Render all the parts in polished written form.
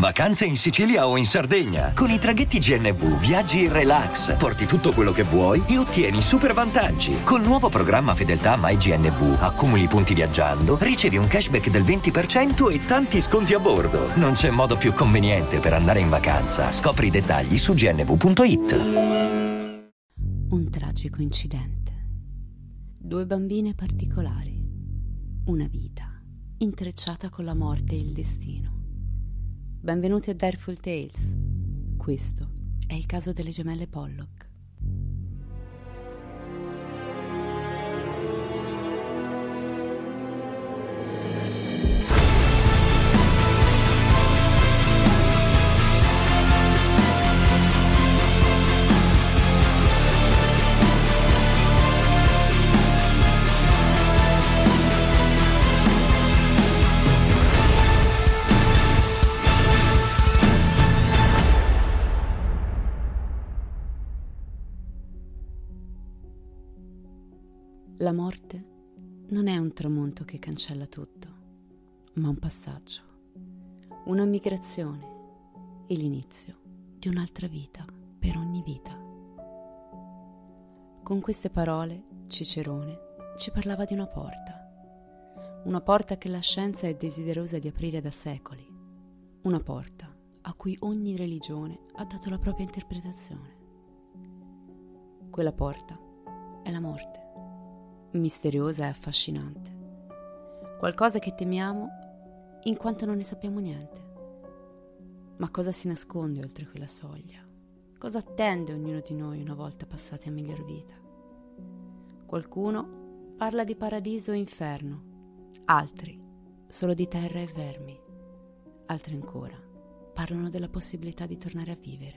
Vacanze in Sicilia o in Sardegna. Con i traghetti GNV viaggi in relax, porti tutto quello che vuoi e ottieni super vantaggi. Col nuovo programma Fedeltà MyGNV accumuli punti viaggiando, ricevi un cashback del 20% e tanti sconti a bordo. Non c'è modo più conveniente per andare in vacanza. Scopri i dettagli su gnv.it. Un tragico incidente. 2 bambine particolari. Una vita intrecciata con la morte e il destino. Benvenuti a Direful Tales. Questo è il caso delle gemelle Pollock. La morte non è un tramonto che cancella tutto, ma un passaggio, una migrazione e l'inizio di un'altra vita per ogni vita. Con queste parole Cicerone ci parlava di una porta che la scienza è desiderosa di aprire da secoli, una porta a cui ogni religione ha dato la propria interpretazione. Quella porta è la morte. Misteriosa e affascinante, qualcosa che temiamo in quanto non ne sappiamo niente. Ma cosa si nasconde oltre quella soglia? Cosa attende ognuno di noi una volta passati a miglior vita? Qualcuno parla di paradiso e inferno, altri solo di terra e vermi, altri ancora parlano della possibilità di tornare a vivere.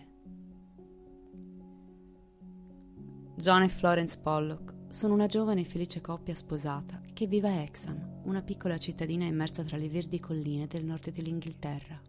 John e Florence Pollock sono una giovane e felice coppia sposata che vive a Hexham, una piccola cittadina immersa tra le verdi colline del nord dell'Inghilterra.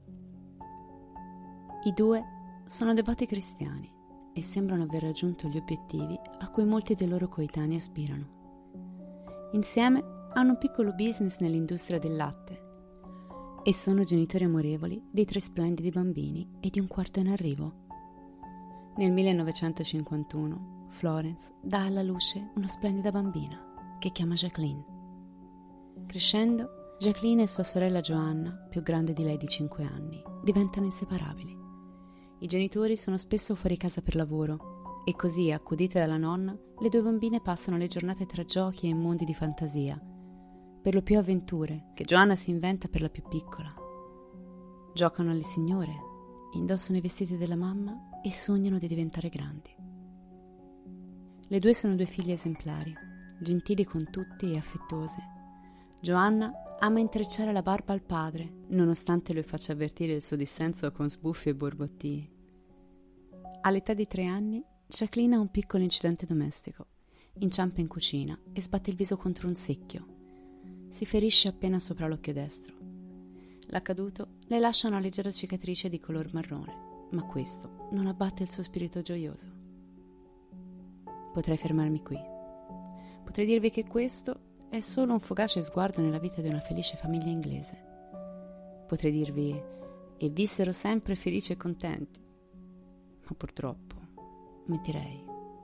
I due sono devoti cristiani e sembrano aver raggiunto gli obiettivi a cui molti dei loro coetanei aspirano. Insieme hanno un piccolo business nell'industria del latte e sono genitori amorevoli di 3 splendidi bambini e di un quarto in arrivo. Nel 1951 Florence dà alla luce una splendida bambina che chiama Jacqueline. Crescendo, Jacqueline e sua sorella Joanna, più grande di lei di 5 anni, diventano inseparabili. I genitori sono spesso fuori casa per lavoro e così, accudite dalla nonna, le 2 bambine passano le giornate tra giochi e mondi di fantasia, per lo più avventure che Joanna si inventa per la più piccola. Giocano alle signore, indossano i vestiti della mamma e sognano di diventare grandi. Le 2 sono 2 figlie esemplari, gentili con tutti e affettuose. Joanna ama intrecciare la barba al padre, nonostante lui faccia avvertire il suo dissenso con sbuffi e borbottii. All'età di 3 anni, Jacqueline ha un piccolo incidente domestico. Inciampa in cucina e sbatte il viso contro un secchio. Si ferisce appena sopra l'occhio destro. L'accaduto le lascia una leggera cicatrice di color marrone, ma questo non abbatte il suo spirito gioioso. Potrei fermarmi qui. Potrei dirvi che questo è solo un fugace sguardo nella vita di una felice famiglia inglese. Potrei dirvi e vissero sempre felici e contenti, ma purtroppo mentirei.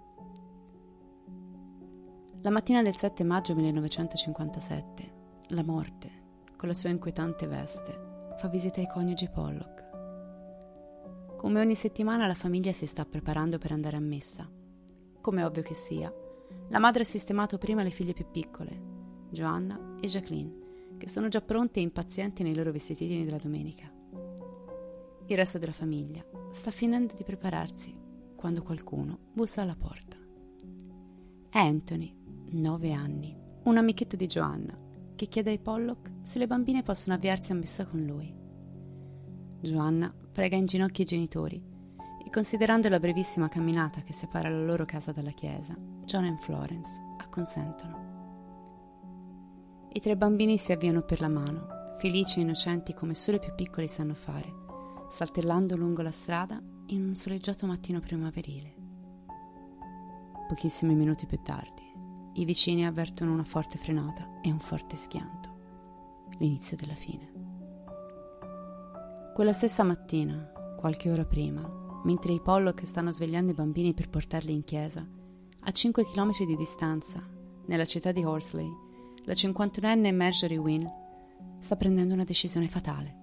La mattina del 7 maggio 1957, la morte, con la sua inquietante veste, fa visita ai coniugi Pollock. Come ogni settimana la famiglia si sta preparando per andare a messa. Come ovvio che sia, la madre ha sistemato prima le figlie più piccole, Joanna e Jacqueline, che sono già pronte e impazienti nei loro vestitini della domenica. Il resto della famiglia sta finendo di prepararsi quando qualcuno bussa alla porta. È Anthony, 9 anni, un amichetto di Joanna, che chiede ai Pollock se le bambine possono avviarsi a messa con lui. Joanna prega in ginocchio i genitori e, considerando la brevissima camminata che separa la loro casa dalla chiesa, John e Florence acconsentono. I 3 bambini si avviano per la mano, felici e innocenti come solo i più piccoli sanno fare, saltellando lungo la strada in un soleggiato mattino primaverile. Pochissimi minuti più tardi, i vicini avvertono una forte frenata e un forte schianto, l'inizio della fine. Quella stessa mattina, qualche ora prima, mentre i Pollock stanno svegliando i bambini per portarli in chiesa, a 5 chilometri di distanza, nella città di Horsley, la 51enne Marjorie Wynne sta prendendo una decisione fatale.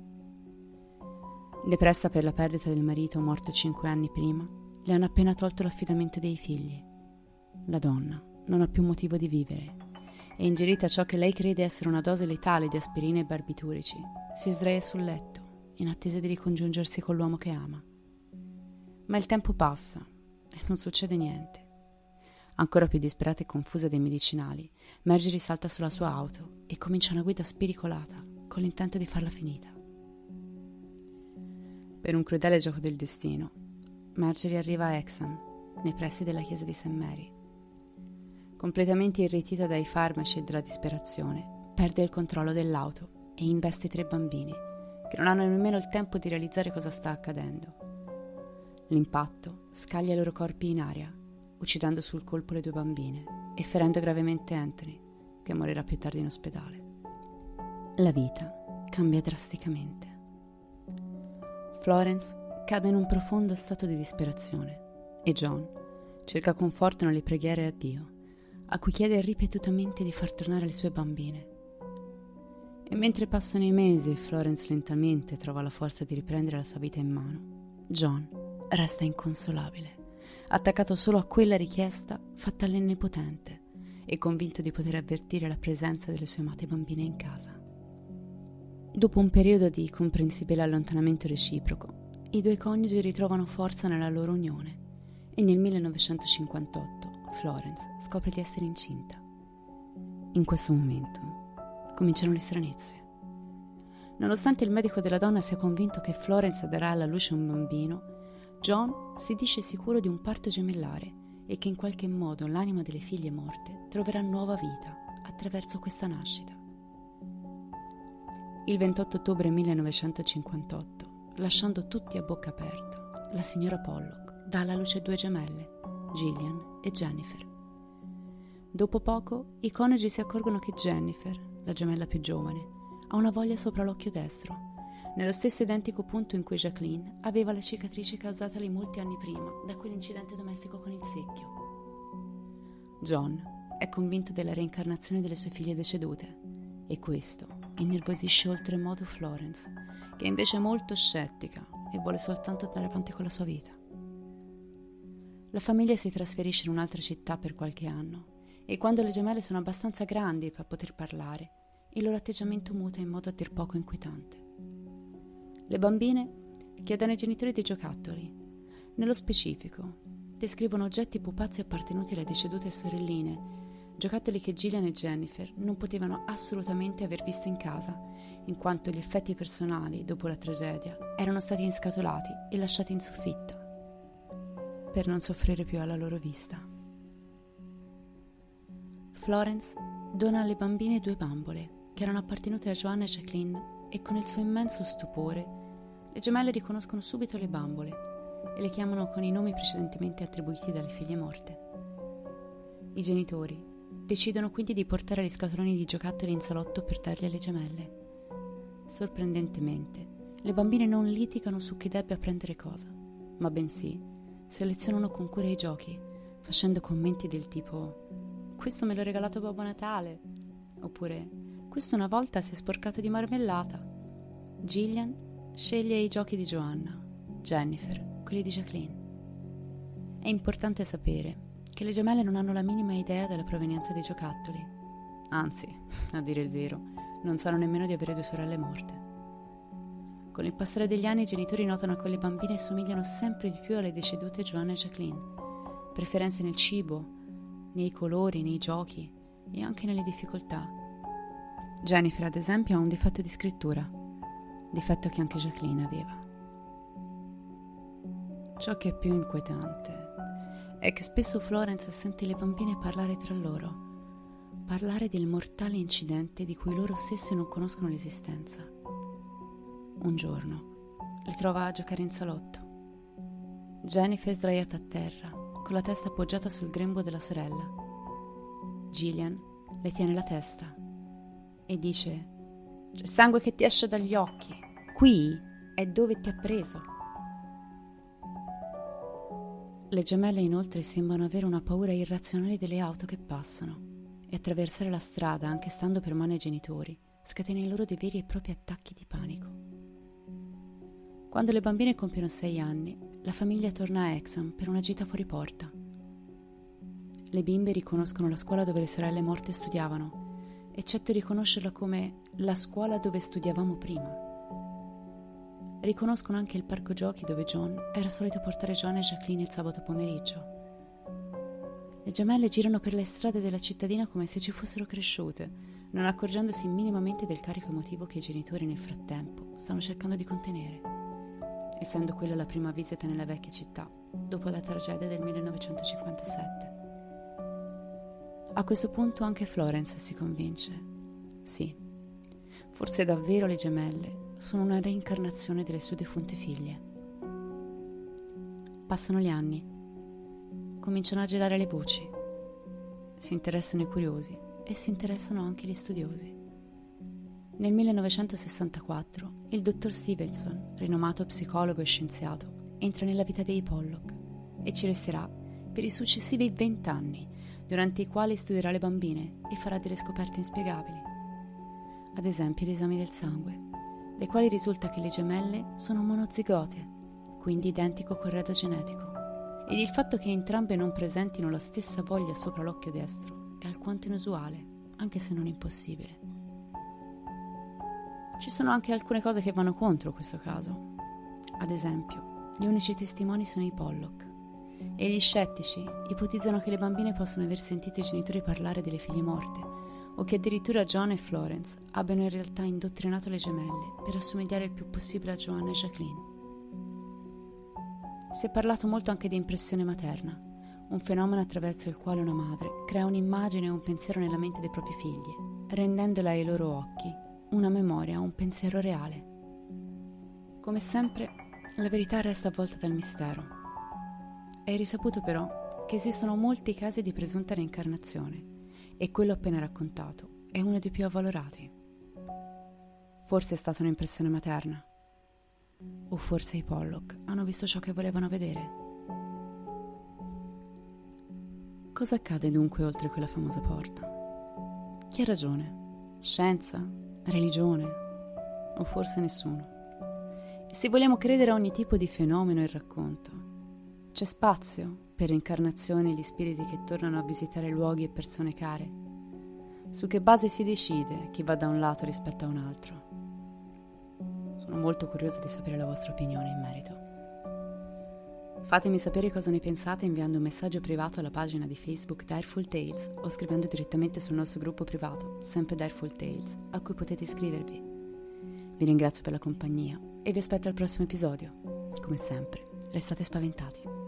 Depressa per la perdita del marito morto 5 anni prima, le hanno appena tolto l'affidamento dei figli. La donna non ha più motivo di vivere e, ingerita ciò che lei crede essere una dose letale di aspirina e barbiturici, si sdraia sul letto in attesa di ricongiungersi con l'uomo che ama. Ma il tempo passa e non succede niente. Ancora più disperata e confusa dei medicinali, Marjorie salta sulla sua auto e comincia una guida spericolata con l'intento di farla finita. Per un crudele gioco del destino, Marjorie arriva a Hexham, nei pressi della chiesa di St. Mary. Completamente irretita dai farmaci e dalla disperazione, perde il controllo dell'auto e investe 3 bambini, che non hanno nemmeno il tempo di realizzare cosa sta accadendo. L'impatto scaglia i loro corpi in aria, uccidendo sul colpo le 2 bambine e ferendo gravemente Anthony, che morirà più tardi in ospedale. La vita cambia drasticamente. Florence cade in un profondo stato di disperazione e John cerca conforto nelle preghiere a Dio, a cui chiede ripetutamente di far tornare le sue bambine. E mentre passano i mesi e Florence lentamente trova la forza di riprendere la sua vita in mano, John resta inconsolabile, attaccato solo a quella richiesta fatta all'Onnipotente e convinto di poter avvertire la presenza delle sue amate bambine in casa. Dopo un periodo di comprensibile allontanamento reciproco, i 2 coniugi ritrovano forza nella loro unione e nel 1958 Florence scopre di essere incinta. In questo momento cominciano le stranezze. Nonostante il medico della donna sia convinto che Florence darà alla luce un bambino, John si dice sicuro di un parto gemellare e che in qualche modo l'anima delle figlie morte troverà nuova vita attraverso questa nascita. Il 28 ottobre 1958, lasciando tutti a bocca aperta, la signora Pollock dà alla luce 2 gemelle, Gillian e Jennifer. Dopo poco, i coniugi si accorgono che Jennifer, la gemella più giovane, ha una voglia sopra l'occhio destro, nello stesso identico punto in cui Jacqueline aveva la cicatrice causatale molti anni prima da quell'incidente domestico con il secchio. John è convinto della reincarnazione delle sue figlie decedute e questo innervosisce oltremodo Florence, che è invece molto scettica e vuole soltanto andare avanti con la sua vita. La famiglia si trasferisce in un'altra città per qualche anno e quando le gemelle sono abbastanza grandi per poter parlare, il loro atteggiamento muta in modo a dir poco inquietante. Le bambine chiedono ai genitori dei giocattoli. Nello specifico, descrivono oggetti pupazzi appartenuti alle decedute sorelline, giocattoli che Gillian e Jennifer non potevano assolutamente aver visto in casa, in quanto gli effetti personali, dopo la tragedia, erano stati inscatolati e lasciati in soffitta, per non soffrire più alla loro vista. Florence dona alle bambine 2 bambole, che erano appartenute a Joanna e Jacqueline, e con il suo immenso stupore, le gemelle riconoscono subito le bambole e le chiamano con i nomi precedentemente attribuiti dalle figlie morte. I genitori decidono quindi di portare gli scatoloni di giocattoli in salotto per darli alle gemelle. Sorprendentemente, le bambine non litigano su chi debba prendere cosa, ma bensì selezionano con cura i giochi, facendo commenti del tipo «Questo me l'ho regalato Babbo Natale», oppure «Questo una volta si è sporcato di marmellata». Gillian sceglie i giochi di Joanna, Jennifer quelli di Jacqueline. È importante sapere che le gemelle non hanno la minima idea della provenienza dei giocattoli. Anzi, a dire il vero, non sanno nemmeno di avere 2 sorelle morte. Con il passare degli anni i genitori notano che le bambine somigliano sempre di più alle decedute Joanna e Jacqueline. Preferenze nel cibo, nei colori, nei giochi e anche nelle difficoltà. Jennifer, ad esempio, ha un difetto di scrittura, difetto che anche Jacqueline aveva. Ciò che è più inquietante è che spesso Florence sente le bambine parlare tra loro, parlare del mortale incidente di cui loro stesse non conoscono l'esistenza. Un giorno le trova a giocare in salotto. Jennifer è sdraiata a terra, con la testa appoggiata sul grembo della sorella. Gillian le tiene la testa e dice «C'è sangue che ti esce dagli occhi, qui?» è dove ti ha preso. Le gemelle inoltre sembrano avere una paura irrazionale delle auto che passano e attraversare la strada, anche stando per mano ai genitori, scatena in loro dei veri e propri attacchi di panico. Quando le bambine compiono 6 anni, la famiglia torna a Hexham per una gita fuori porta. Le bimbe riconoscono la scuola dove le sorelle morte studiavano, eccetto riconoscerla come la scuola dove studiavamo prima. Riconoscono anche il parco giochi dove John era solito portare Joanna e Jacqueline il sabato pomeriggio. Le gemelle girano per le strade della cittadina come se ci fossero cresciute, non accorgendosi minimamente del carico emotivo che i genitori nel frattempo stanno cercando di contenere, essendo quella la prima visita nella vecchia città dopo la tragedia del 1957. A questo punto anche Florence si convince. Sì, forse davvero le gemelle sono una reincarnazione delle sue defunte figlie. Passano gli anni. Cominciano a girare le voci. Si interessano i curiosi e si interessano anche gli studiosi. Nel 1964 il dottor Stevenson, rinomato psicologo e scienziato, entra nella vita dei Pollock e ci resterà per i successivi 20 anni, durante i quali studierà le bambine e farà delle scoperte inspiegabili. Ad esempio gli esami del sangue, dai quali risulta che le gemelle sono monozigote, quindi identico corredo genetico, ed il fatto che entrambe non presentino la stessa voglia sopra l'occhio destro è alquanto inusuale, anche se non impossibile. Ci sono anche alcune cose che vanno contro questo caso. Ad esempio, gli unici testimoni sono i Pollock, e gli scettici ipotizzano che le bambine possano aver sentito i genitori parlare delle figlie morte, o che addirittura John e Florence abbiano in realtà indottrinato le gemelle per assomigliare il più possibile a Joanna e Jacqueline. Si è parlato molto anche di impressione materna, un fenomeno attraverso il quale una madre crea un'immagine o un pensiero nella mente dei propri figli, rendendola ai loro occhi una memoria o un pensiero reale. Come sempre, la verità resta avvolta dal mistero. È risaputo però che esistono molti casi di presunta reincarnazione e quello appena raccontato è uno dei più avvalorati. Forse è stata un'impressione materna, o forse i Pollock hanno visto ciò che volevano vedere. Cosa accade dunque oltre quella famosa porta? Chi ha ragione? Scienza? Religione? O forse nessuno? E se vogliamo credere a ogni tipo di fenomeno e racconto, c'è spazio per reincarnazioni e gli spiriti che tornano a visitare luoghi e persone care? Su che base si decide chi va da un lato rispetto a un altro? Sono molto curiosa di sapere la vostra opinione in merito. Fatemi sapere cosa ne pensate inviando un messaggio privato alla pagina di Facebook Direful Tales o scrivendo direttamente sul nostro gruppo privato, sempre Direful Tales, a cui potete iscrivervi. Vi ringrazio per la compagnia e vi aspetto al prossimo episodio. Come sempre, restate spaventati.